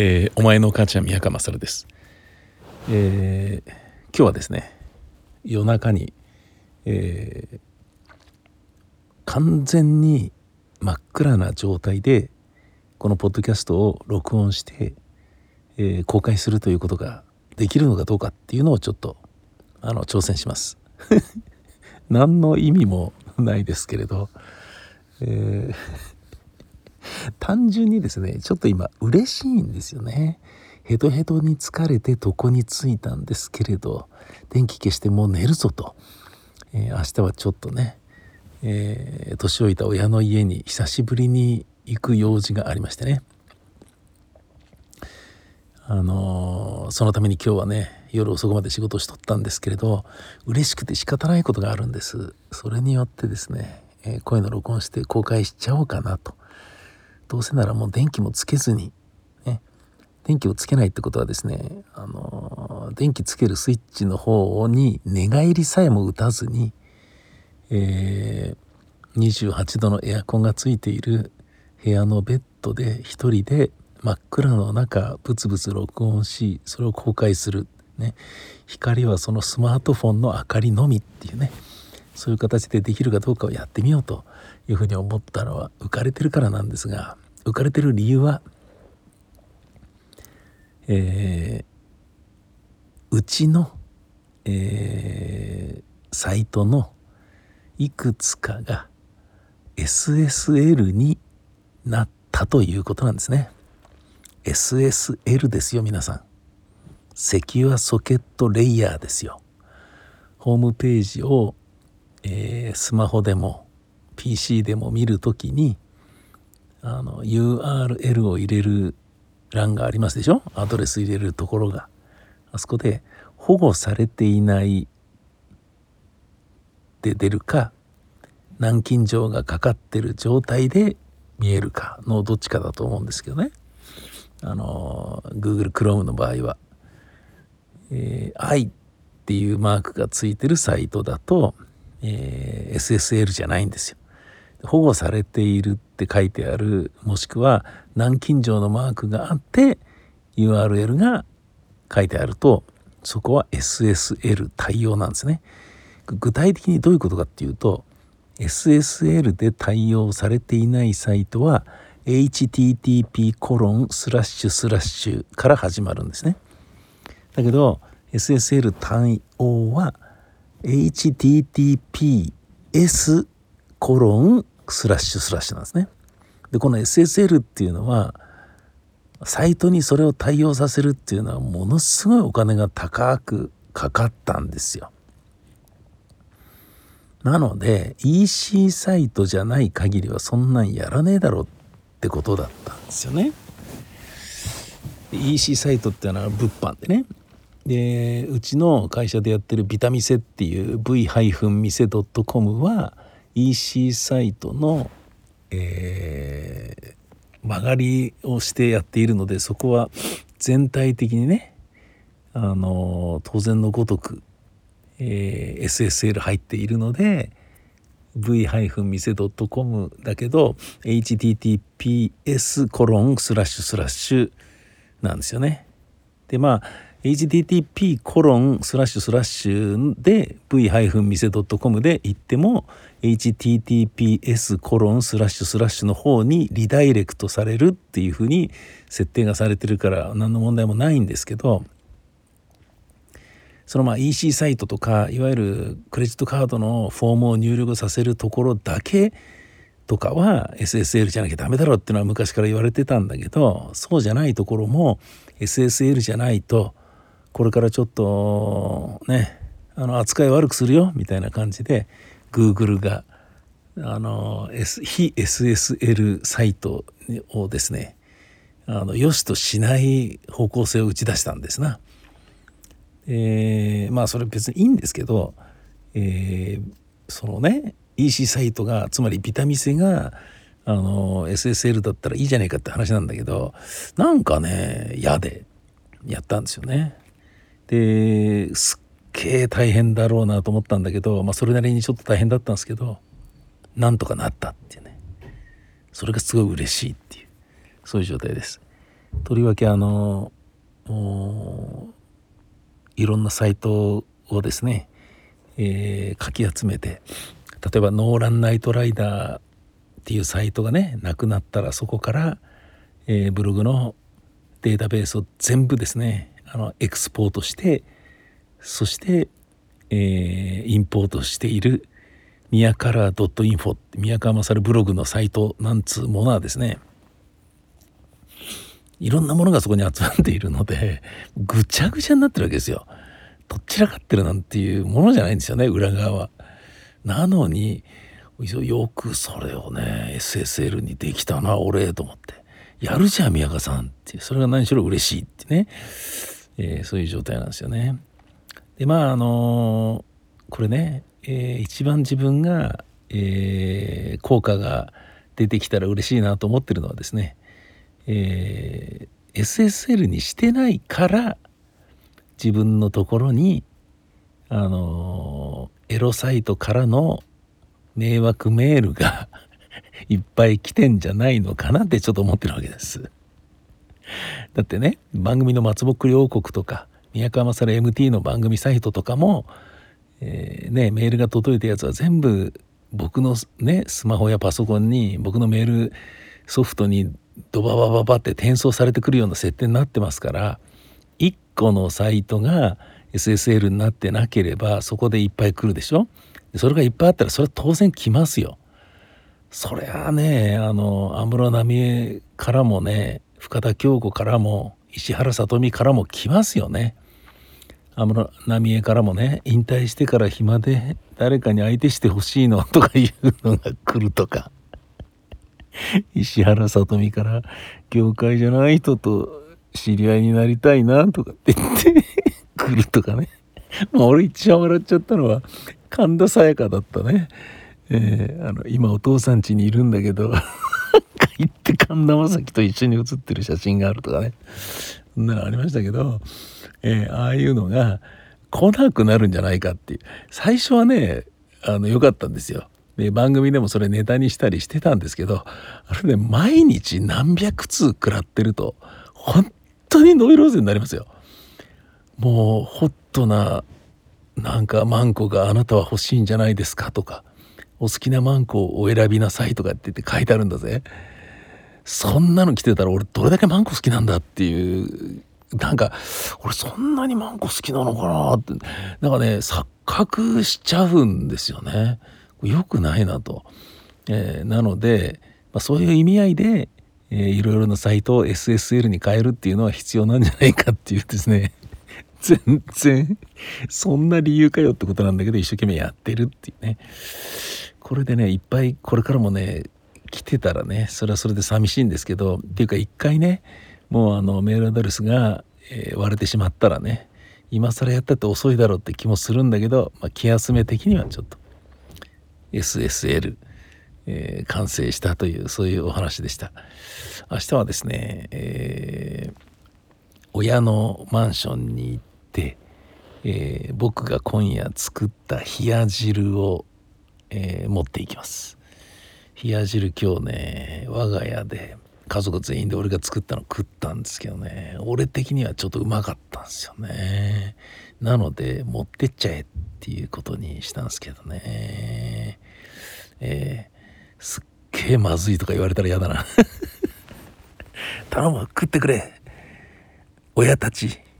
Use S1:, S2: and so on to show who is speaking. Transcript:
S1: お前の母ちゃん宮川勝です。今日はですね、夜中に、完全に真っ暗な状態でこのポッドキャストを録音して、公開するということができるのかどうかっていうのをちょっと挑戦します何の意味もないですけれど、単純にですね、ちょっと今嬉しいんですよね。ヘトヘトに疲れて床に着いたんですけれど、電気消してもう寝るぞと、明日はちょっとね、年老いた親の家に久しぶりに行く用事がありましてね、そのために今日はね、夜遅くまで仕事をしとったんですけれど、嬉しくて仕方ないことがあるんです。それによってですね、声の録音して公開しちゃおうかなと。どうせならもう電気もつけずに、ね、電気をつけないってことはですね、電気つけるスイッチの方に寝返りさえも打たずに、28度のエアコンがついている部屋のベッドで一人で真っ暗の中ブツブツ録音し、それを公開する、ね、光はそのスマートフォンの明かりのみっていうね、そういう形でできるかどうかをやってみようというふうに思ったのは浮かれてるからなんですが、浮かれてる理由は、うちの、サイトのいくつかが SSL になったということなんですね。 SSL ですよ皆さん。セキュアソケットレイヤーですよ。ホームページを、スマホでも PC でも見るときにURL を入れる欄がありますでしょ。アドレス入れるところが、あそこで保護されていないで出るか、軟禁状がかかってる状態で見えるかのどっちかだと思うんですけどね。Google Chrome の場合は、I っていうマークがついてるサイトだと、SSL じゃないんですよ。保護されているって書いてある、もしくは軟禁状のマークがあって URL が書いてあると、そこは SSL 対応なんですね。具体的にどういうことかっていうと、 SSL で対応されていないサイトは http:// から始まるんですね。だけど SSL 対応は https:// なんですね。でこの SSL っていうのは、サイトにそれを対応させるっていうのはものすごいお金が高くかかったんですよ。なので EC サイトじゃない限りはそんなんやらねえだろってことだったんですよね。EC サイトっていうのは物販でね、でうちの会社でやってるビタミセっていう v-mise.com は EC サイトの、曲がりをしてやっているので、そこは全体的にね、当然のごとく、SSL 入っているので v-mise.com だけど https:// なんですよね。でhttp:// で v-mise.com で行っても https:// の方にリダイレクトされるっていうふうに設定がされてるから何の問題もないんですけど、そのEC サイトとかいわゆるクレジットカードのフォームを入力させるところだけとかは SSL じゃなきゃダメだろうっていうのは昔から言われてたんだけど、そうじゃないところも SSL じゃないとこれからちょっとね、扱い悪くするよみたいな感じで Google が非 SSL サイトをですね、良しとしない方向性を打ち出したんですな。それ別にいいんですけど、そのね EC サイトが、つまりビタミセがSSL だったらいいじゃないかって話なんだけど、なんかね嫌でやったんですよね。ですっげえ大変だろうなと思ったんだけど、それなりにちょっと大変だったんですけど、なんとかなったっていうね、それがすごい嬉しいっていう、そういう状態です。 とりわけいろんなサイトをですね、かき集めて、例えばノーランナイトライダーっていうサイトがねなくなったら、そこから、ブログのデータベースを全部ですねエクスポートして、そして、インポートしているミヤカラー .info って宮川勝ブログのサイトなんつうものはですね、いろんなものがそこに集まっているので、ぐちゃぐちゃになってるわけですよ。どっちらかってるなんていうものじゃないんですよね、裏側は。なのによくそれをね SSL にできたな俺と思って、やるじゃん宮川さんっていう、それが何しろ嬉しいってね、そういう状態なんですよね。でこれね、一番自分が、効果が出てきたら嬉しいなと思ってるのはですね、SSL にしてないから自分のところにエロサイトからの迷惑メールがいっぱい来てんじゃないのかなってちょっと思ってるわけです。だってね、番組の松ぼっくり王国とか宮川勝 MT の番組サイトとかも、メールが届いたやつは全部僕のねスマホやパソコンに僕のメールソフトにドババババって転送されてくるような設定になってますから、1個のサイトが SSL になってなければそこでいっぱい来るでしょ。それがいっぱいあったらそれは当然来ますよ。そりゃあね、安室奈美恵からもね、深田恭子からも石原さとみからも来ますよね。安室奈美恵からもね、引退してから暇で誰かに相手してほしいのとかいうのが来るとか、石原さとみから業界じゃない人と知り合いになりたいなとかって言って来るとかね。俺一番笑っちゃったのは神田沙也加だったね。今お父さん家にいるんだけど行って神田正輝と一緒に写ってる写真があるとかね、そんなのありましたけど、ああいうのが来なくなるんじゃないかっていう。最初はね良かったんですよ。で番組でもそれネタにしたりしてたんですけど、あれね毎日何百通食らってると本当にノイローゼになりますよ。もうホットななんかマンコがあなたは欲しいんじゃないですかとか、お好きなマンコをお選びなさいとかって言って書いてあるんだぜ。そんなの来てたら俺どれだけマンコ好きなんだっていう、なんか俺そんなにマンコ好きなのかなってなんかね錯覚しちゃうんですよね。よくないなと、なので、そういう意味合いで、いろいろなサイトを SSL に変えるっていうのは必要なんじゃないかっていうですね全然そんな理由かよってことなんだけど一生懸命やってるっていうね。これでねいっぱいこれからもね来てたらねそれはそれで寂しいんですけど、っていうか一回ねもうメールアドレスが、割れてしまったらね今更やったって遅いだろうって気もするんだけど、気休め的にはちょっと SSL、完成したというそういうお話でした。明日はですね、親のマンションに行って、僕が今夜作った冷や汁を、持っていきます。冷や汁今日ね我が家で家族全員で俺が作ったの食ったんですけどね、俺的にはちょっとうまかったんですよね。なので持ってっちゃえっていうことにしたんですけどね、すっげえまずいとか言われたら嫌だな頼む食ってくれ親たち。